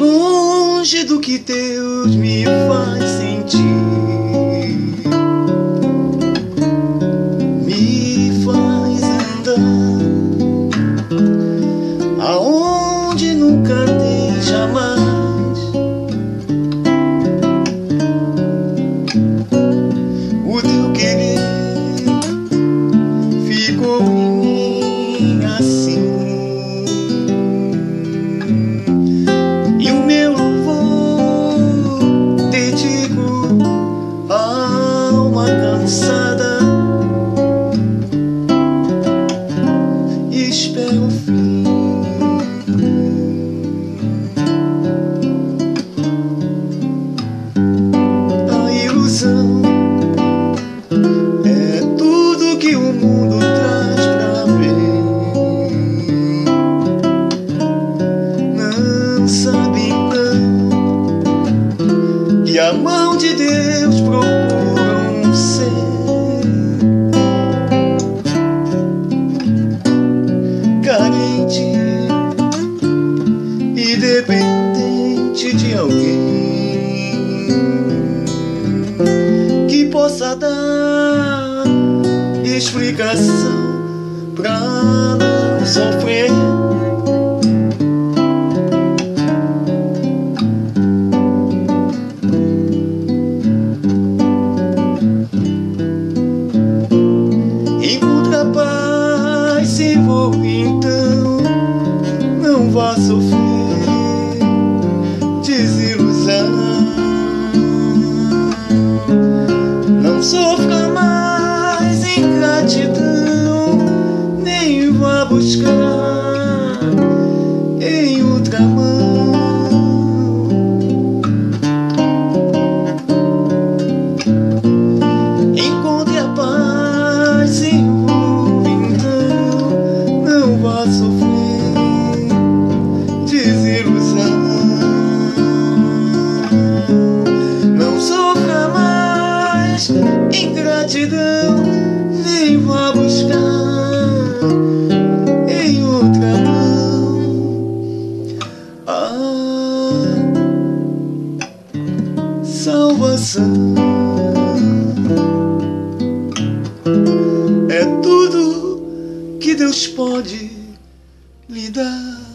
longe do que Deus me faz sentir, me faz andar aonde nunca andei jamais. O teu querer ficou em mim assim, e o meu louvor dedico à alma cansada, e espero o fim. A ilusão é tudo que o mundo traz pra ver. Não sabe então que a mão de Deus procura um ser carente e dependente de alguém que possa dar explicação pra não sofrer. Encontra paz se for, então não vá sofrer desilusão. Não sofra mais ingratidão, nem vá buscar em outra mão. Encontre a paz, se envolve, então não vá sofrer desilusão. Não sofra mais ingratidão, nem vá buscar em outra mão a salvação. É tudo que Deus pode lhe dar.